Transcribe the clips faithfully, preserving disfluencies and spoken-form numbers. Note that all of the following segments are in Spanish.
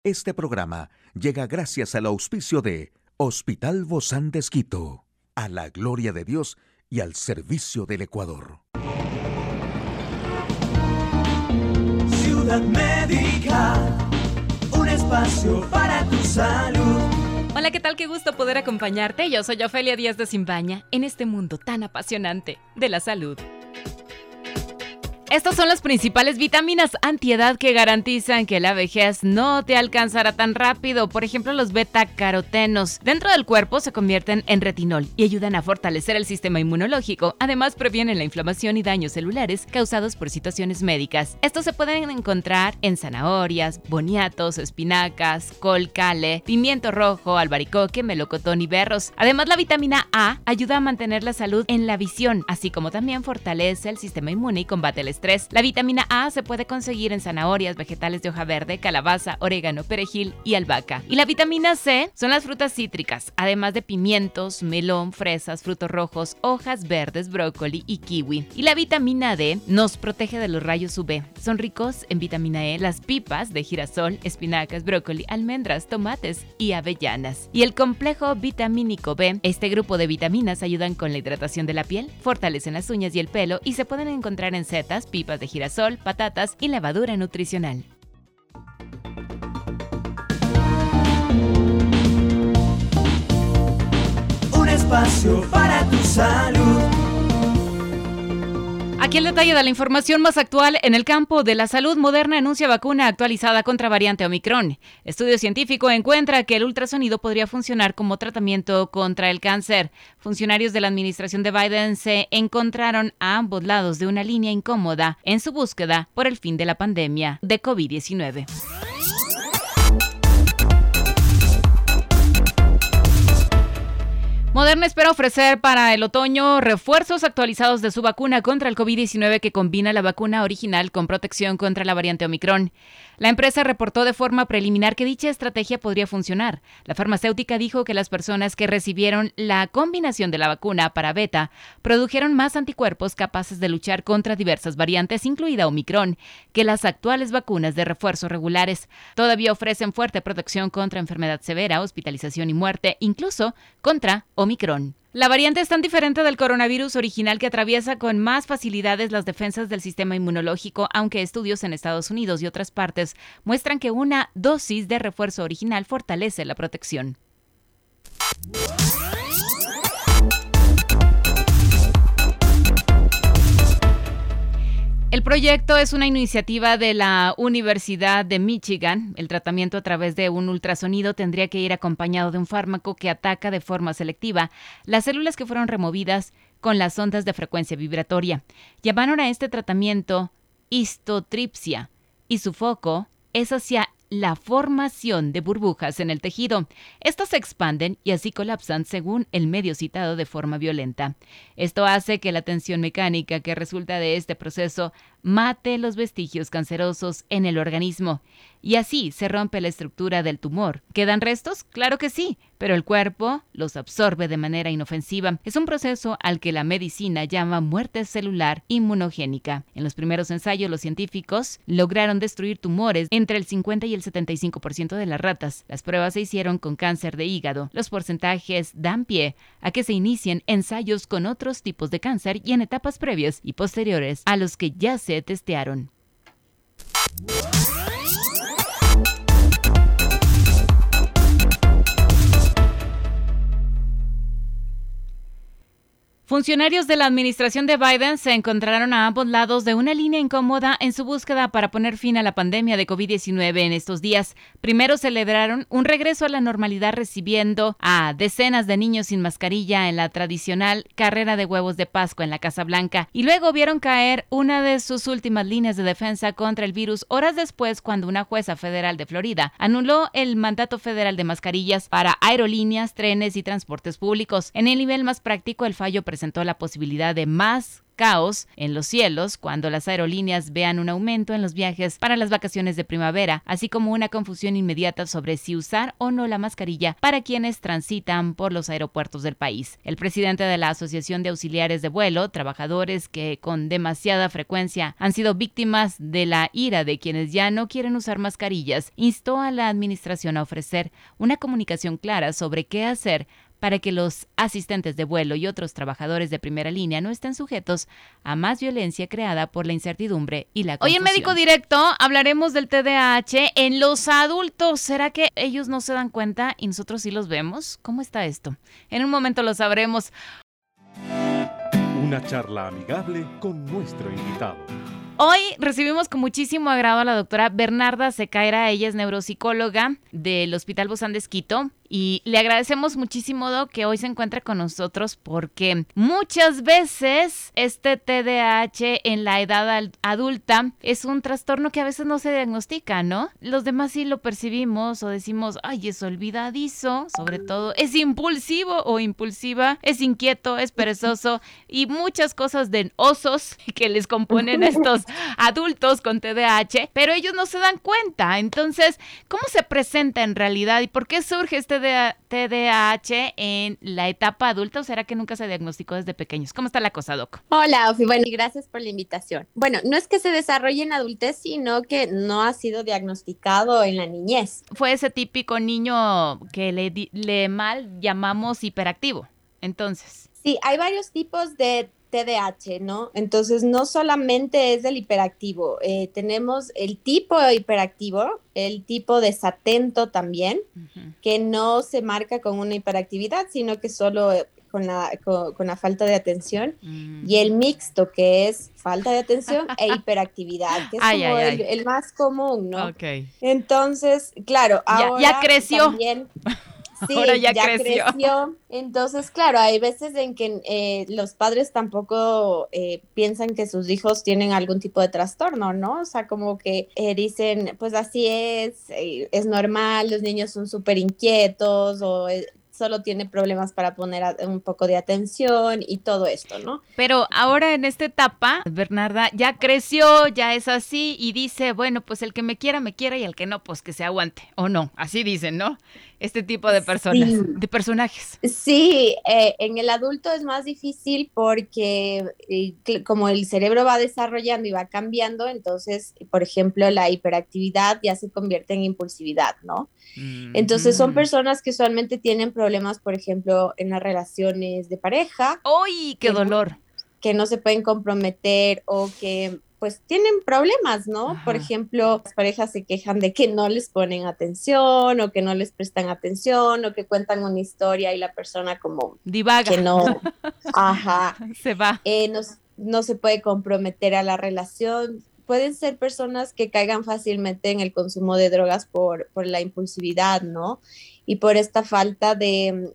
Este programa llega gracias al auspicio de Hospital Bozán de Esquito, a la gloria de Dios y al servicio del Ecuador. Ciudad Médica, un espacio para tu salud. Hola, ¿qué tal? Qué gusto poder acompañarte. Yo soy Ofelia Díaz de Simbaña en este mundo tan apasionante de la salud. Estas son las principales vitaminas antiedad que garantizan que la vejez no te alcanzará tan rápido. Por ejemplo, los betacarotenos dentro del cuerpo se convierten en retinol y ayudan a fortalecer el sistema inmunológico. Además, previenen la inflamación y daños celulares causados por situaciones médicas. Estos se pueden encontrar en zanahorias, boniatos, espinacas, col, cale, pimiento rojo, albaricoque, melocotón y berros. Además, la vitamina A ayuda a mantener la salud en la visión, así como también fortalece el sistema inmune y combate el estrés. La vitamina A se puede conseguir en zanahorias, vegetales de hoja verde, calabaza, orégano, perejil y albahaca. Y la vitamina C son las frutas cítricas, además de pimientos, melón, fresas, frutos rojos, hojas verdes, brócoli y kiwi. Y la vitamina D nos protege de los rayos U V. Son ricos en vitamina E las pipas de girasol, espinacas, brócoli, almendras, tomates y avellanas. Y el complejo vitamínico B, este grupo de vitaminas ayudan con la hidratación de la piel, fortalecen las uñas y el pelo y se pueden encontrar en setas, pipas de girasol, patatas y levadura nutricional. Un espacio para tu salud. Aquí el detalle de la información más actual en el campo de la salud. Moderna anuncia vacuna actualizada contra variante Omicron. Estudio científico encuentra que el ultrasonido podría funcionar como tratamiento contra el cáncer. Funcionarios de la administración de Biden se encontraron a ambos lados de una línea incómoda en su búsqueda por el fin de la pandemia de covid diecinueve. Moderna espera ofrecer para el otoño refuerzos actualizados de su vacuna contra el covid diecinueve que combina la vacuna original con protección contra la variante Omicron. La empresa reportó de forma preliminar que dicha estrategia podría funcionar. La farmacéutica dijo que las personas que recibieron la combinación de la vacuna para beta produjeron más anticuerpos capaces de luchar contra diversas variantes, incluida Omicron, que las actuales vacunas de refuerzo regulares. Todavía ofrecen fuerte protección contra enfermedad severa, hospitalización y muerte, incluso contra Omicron. La variante es tan diferente del coronavirus original que atraviesa con más facilidades las defensas del sistema inmunológico, aunque estudios en Estados Unidos y otras partes muestran que una dosis de refuerzo original fortalece la protección. El proyecto es una iniciativa de la Universidad de Michigan. El tratamiento a través de un ultrasonido tendría que ir acompañado de un fármaco que ataca de forma selectiva las células que fueron removidas con las ondas de frecuencia vibratoria. Llamaron a este tratamiento histotripsia y su foco es hacia la formación de burbujas en el tejido. Estas se expanden y así colapsan según el medio citado de forma violenta. Esto hace que la tensión mecánica que resulta de este proceso mate los vestigios cancerosos en el organismo y así se rompe la estructura del tumor. ¿Quedan restos? Claro que sí, pero el cuerpo los absorbe de manera inofensiva. Es un proceso al que la medicina llama muerte celular inmunogénica. En los primeros ensayos, los científicos lograron destruir tumores entre el cincuenta y el setenta y cinco por ciento de las ratas. Las pruebas se hicieron con cáncer de hígado. Los porcentajes dan pie a que se inicien ensayos con otros tipos de cáncer y en etapas previas y posteriores a los que ya se testearon. Funcionarios de la administración de Biden se encontraron a ambos lados de una línea incómoda en su búsqueda para poner fin a la pandemia de covid diecinueve en estos días. Primero celebraron un regreso a la normalidad recibiendo a decenas de niños sin mascarilla en la tradicional carrera de huevos de Pascua en la Casa Blanca y luego vieron caer una de sus últimas líneas de defensa contra el virus horas después cuando una jueza federal de Florida anuló el mandato federal de mascarillas para aerolíneas, trenes y transportes públicos. En el nivel más práctico, el fallo presentó la posibilidad de más caos en los cielos cuando las aerolíneas vean un aumento en los viajes para las vacaciones de primavera, así como una confusión inmediata sobre si usar o no la mascarilla para quienes transitan por los aeropuertos del país. El presidente de la Asociación de Auxiliares de Vuelo, trabajadores que con demasiada frecuencia han sido víctimas de la ira de quienes ya no quieren usar mascarillas, instó a la administración a ofrecer una comunicación clara sobre qué hacer para que los asistentes de vuelo y otros trabajadores de primera línea no estén sujetos a más violencia creada por la incertidumbre y la confusión. Hoy en Médico Directo hablaremos del T D A H en los adultos. ¿Será que ellos no se dan cuenta y nosotros sí los vemos? ¿Cómo está esto? En un momento lo sabremos. Una charla amigable con nuestro invitado. Hoy recibimos con muchísimo agrado a la doctora Bernarda Secaira. Ella es neuropsicóloga del Hospital Bozán de Esquito. Y le agradecemos muchísimo, Doc, que hoy se encuentre con nosotros porque muchas veces este T D A H en la edad adulta es un trastorno que a veces no se diagnostica, ¿no? Los demás sí lo percibimos o decimos, ay, es olvidadizo, sobre todo es impulsivo o impulsiva, es inquieto, es perezoso y muchas cosas de osos que les componen a estos adultos con T D A H, pero ellos no se dan cuenta. Entonces, ¿cómo se presenta en realidad y por qué surge este T D A H en la etapa adulta o será que nunca se diagnosticó desde pequeños? ¿Cómo está la cosa, Doc? Hola, Ofi. Bueno, y gracias por la invitación. Bueno, no es que se desarrolle en adultez, sino que no ha sido diagnosticado en la niñez. Fue ese típico niño que le, le mal llamamos hiperactivo, entonces. Sí, hay varios tipos de T D A H, ¿no? Entonces, no solamente es el hiperactivo, eh, tenemos el tipo hiperactivo, el tipo desatento también, uh-huh. que no se marca con una hiperactividad, sino que solo con la, con, con la falta de atención, uh-huh. y el mixto, que es falta de atención e hiperactividad, que es ay, como ay, el, ay. el más común, ¿no? Okay. Entonces, claro, ahora ya, ya creció. También... Sí, ahora ya, ya creció. creció. Entonces, claro, hay veces en que eh, los padres tampoco eh, piensan que sus hijos tienen algún tipo de trastorno, ¿no? O sea, como que eh, dicen, pues así es, eh, es normal, los niños son súper inquietos o eh, solo tiene problemas para poner a, un poco de atención y todo esto, ¿no? Pero ahora en esta etapa, Bernarda ya creció, ya es así y dice, bueno, pues el que me quiera, me quiera y el que no, pues que se aguante, o no, así dicen, ¿no? Este tipo de personas, sí. de personajes. Sí, eh, en el adulto es más difícil porque eh, como el cerebro va desarrollando y va cambiando, entonces, por ejemplo, la hiperactividad ya se convierte en impulsividad, ¿no? Mm-hmm. Entonces son personas que usualmente tienen problemas, por ejemplo, en las relaciones de pareja. ¡Uy, qué dolor! No, que no se pueden comprometer o que pues tienen problemas, ¿no? Ajá. Por ejemplo, las parejas se quejan de que no les ponen atención o que no les prestan atención o que cuentan una historia y la persona como divaga. Que no, ajá. Se va. Eh, no, no se puede comprometer a la relación. Pueden ser personas que caigan fácilmente en el consumo de drogas por, por la impulsividad, ¿no? Y por esta falta de,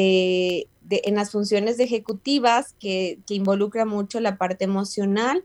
de, de en las funciones ejecutivas que, que involucra mucho la parte emocional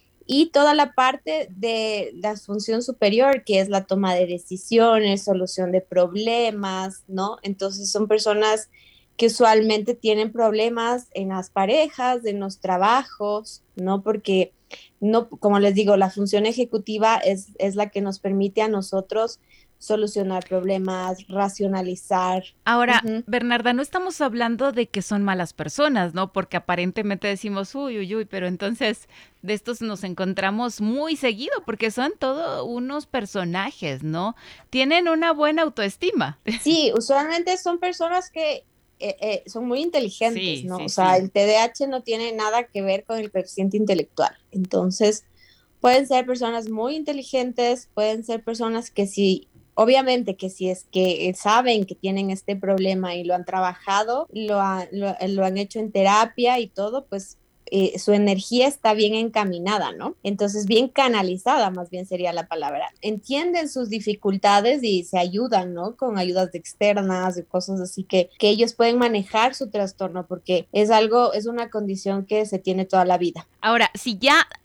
y toda la parte de la función superior, que es la toma de decisiones, solución de problemas, ¿no? Entonces son personas que usualmente tienen problemas en las parejas, en los trabajos, ¿no? Porque, no, como les digo, la función ejecutiva es, es la que nos permite a nosotros solucionar problemas, racionalizar. Ahora, uh-huh. Bernarda, no estamos hablando de que son malas personas, ¿no? Porque aparentemente decimos, uy, uy, uy, pero entonces de estos nos encontramos muy seguido porque son todos unos personajes, ¿no? Tienen una buena autoestima. Sí, usualmente son personas que eh, eh, son muy inteligentes, sí, ¿no? Sí, o sea, sí. el T D A H no tiene nada que ver con el coeficiente intelectual. Entonces, pueden ser personas muy inteligentes, pueden ser personas que sí, obviamente que si es que saben que tienen este problema y lo han trabajado, lo, ha, lo, lo han hecho en terapia y todo, pues eh, su energía está bien encaminada, ¿no? Entonces, bien canalizada, más bien sería la palabra. Entienden sus dificultades y se ayudan, ¿no? Con ayudas externas y cosas así que, que ellos pueden manejar su trastorno porque es algo, es una condición que se tiene toda la vida. Ahora, si ya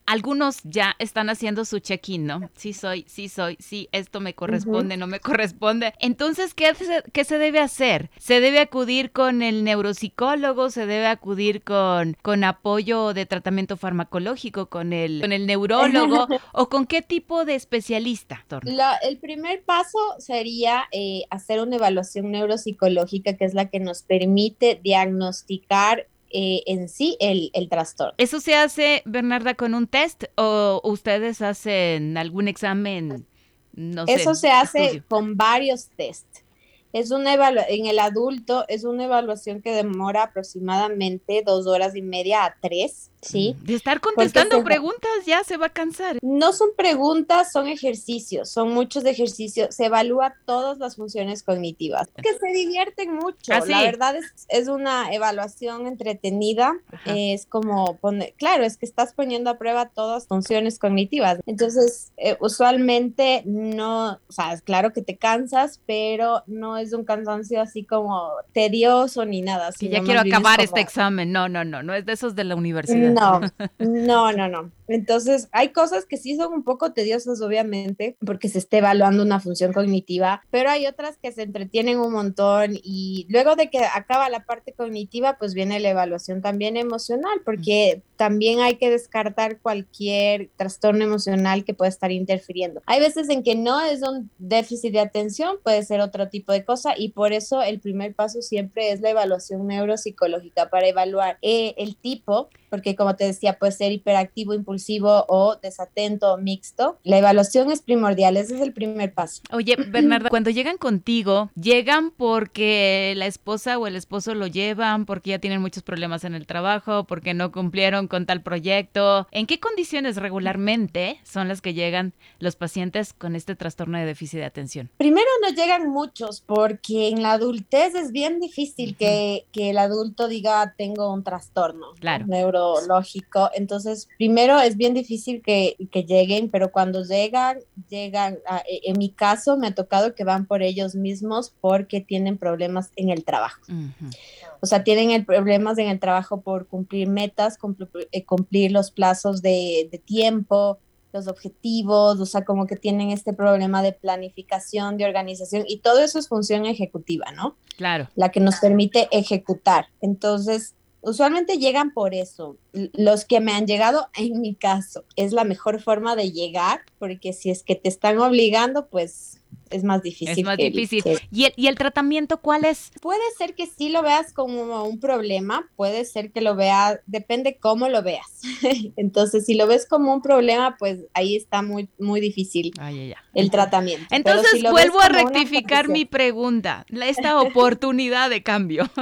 algunos ya están haciendo su check-in, ¿no? Sí soy, sí soy, sí, esto me corresponde, uh-huh. no me corresponde. Entonces, ¿qué se, ¿qué se debe hacer? ¿Se debe acudir con el neuropsicólogo? ¿Se debe acudir con, con apoyo de tratamiento farmacológico, con el, con el neurólogo? ¿O con qué tipo de especialista? La, el primer paso sería eh, hacer una evaluación neuropsicológica, que es la que nos permite diagnosticar Eh, en sí el, el trastorno. ¿Eso se hace, Bernarda, con un test o ustedes hacen algún examen? No sé, Eso se hace estudio. Con varios test. Es una evalu- en el adulto es una evaluación que demora aproximadamente dos horas y media a tres, ¿sí? De estar contestando se, preguntas ya se va a cansar. No son preguntas, son ejercicios, son muchos ejercicios. Se evalúa todas las funciones cognitivas, que se divierten mucho. ¿Ah, sí? La verdad es, es una evaluación entretenida. Eh, es como poner, claro, es que estás poniendo a prueba todas las funciones cognitivas. Entonces, eh, usualmente no, o sea, es claro que te cansas, pero no es un cansancio así como tedioso ni nada. Que ya quiero acabar como... este examen. No, no, no, no es de esos de la universidad. No, no, no, no. Entonces, hay cosas que sí son un poco tediosas, obviamente, porque se está evaluando una función cognitiva, pero hay otras que se entretienen un montón y luego de que acaba la parte cognitiva, pues viene la evaluación también emocional, porque también hay que descartar cualquier trastorno emocional que pueda estar interfiriendo. Hay veces en que no es un déficit de atención, puede ser otro tipo de cosa y por eso el primer paso siempre es la evaluación neuropsicológica para evaluar eh, el tipo, porque como te decía, puede ser hiperactivo, impulsivo o desatento o mixto. La evaluación es primordial, ese es el primer paso. Oye, Bernarda, cuando llegan contigo, ¿llegan porque la esposa o el esposo lo llevan, porque ya tienen muchos problemas en el trabajo, porque no cumplieron con tal proyecto? ¿En qué condiciones regularmente son las que llegan los pacientes con este trastorno de déficit de atención? Primero no llegan muchos, porque en la adultez es bien difícil uh-huh. que, que el adulto diga tengo un trastorno claro. neurológico. Entonces, primero es bien difícil que, que lleguen, pero cuando llegan, llegan, a, en mi caso me ha tocado que van por ellos mismos porque tienen problemas en el trabajo. Uh-huh. O sea, tienen el, problemas en el trabajo por cumplir metas, cumplir, eh, cumplir los plazos de, de tiempo, los objetivos, o sea, como que tienen este problema de planificación, de organización, y todo eso es función ejecutiva, ¿no? Claro. La que nos permite ejecutar. Entonces, usualmente llegan por eso. Los que me han llegado, en mi caso, es la mejor forma de llegar, porque si es que te están obligando, pues es más difícil. Es más que, difícil. Que... ¿Y, el, ¿Y el tratamiento cuál es? Puede ser que sí lo veas como un problema, puede ser que lo veas, depende cómo lo veas. Entonces, si lo ves como un problema, pues ahí está muy, muy difícil ay, ay, ay. el tratamiento. Entonces, si vuelvo a rectificar mi pregunta, esta oportunidad de cambio.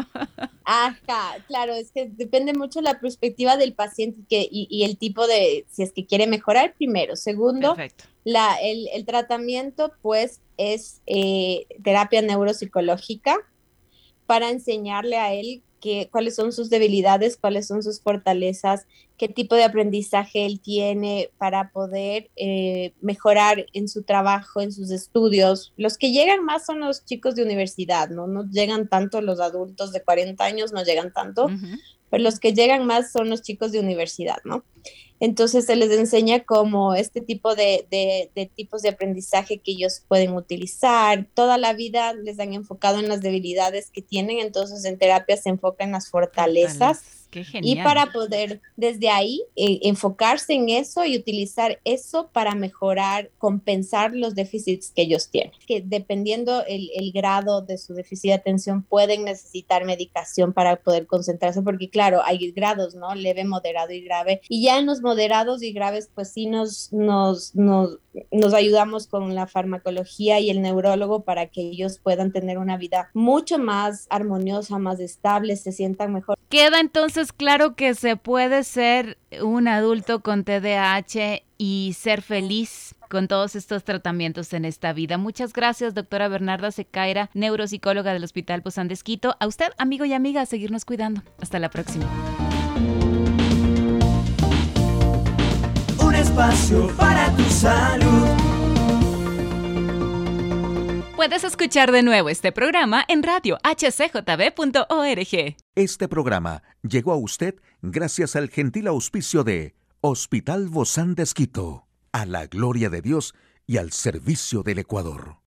Ajá, claro, es que depende mucho la perspectiva del paciente que, y, y el tipo de, si es que quiere mejorar primero. Segundo, perfecto. La, el, el tratamiento pues es eh, terapia neuropsicológica para enseñarle a él que, cuáles son sus debilidades, cuáles son sus fortalezas, qué tipo de aprendizaje él tiene para poder eh, mejorar en su trabajo, en sus estudios. Los que llegan más son los chicos de universidad, ¿no? No llegan tanto los adultos de cuarenta años, no llegan tanto, uh-huh. pero los que llegan más son los chicos de universidad, ¿no? Entonces se les enseña como este tipo de, de, de tipos de aprendizaje que ellos pueden utilizar. Toda la vida les han enfocado en las debilidades que tienen, entonces en terapia se enfoca en las fortalezas. Qué genial. Y para poder desde ahí eh, enfocarse en eso y utilizar eso para mejorar, compensar los déficits que ellos tienen. Que dependiendo el, el grado de su déficit de atención pueden necesitar medicación para poder concentrarse, porque claro, hay grados, ¿no? Leve, moderado y grave. Y ya en los moderados y graves, pues sí nos, nos, nos, nos ayudamos con la farmacología y el neurólogo para que ellos puedan tener una vida mucho más armoniosa, más estable, se sientan mejor. Queda entonces claro que se puede ser un adulto con T D A H y ser feliz con todos estos tratamientos en esta vida. Muchas gracias, doctora Bernarda Secaira, neuropsicóloga del Hospital Bozán de Esquito. A usted, amigo y amiga, a seguirnos cuidando. Hasta la próxima. Un espacio para tu salud. Puedes escuchar de nuevo este programa en radio h c j b punto org. Este programa llegó a usted gracias al gentil auspicio de Hospital Bozán de Esquito, a la gloria de Dios y al servicio del Ecuador.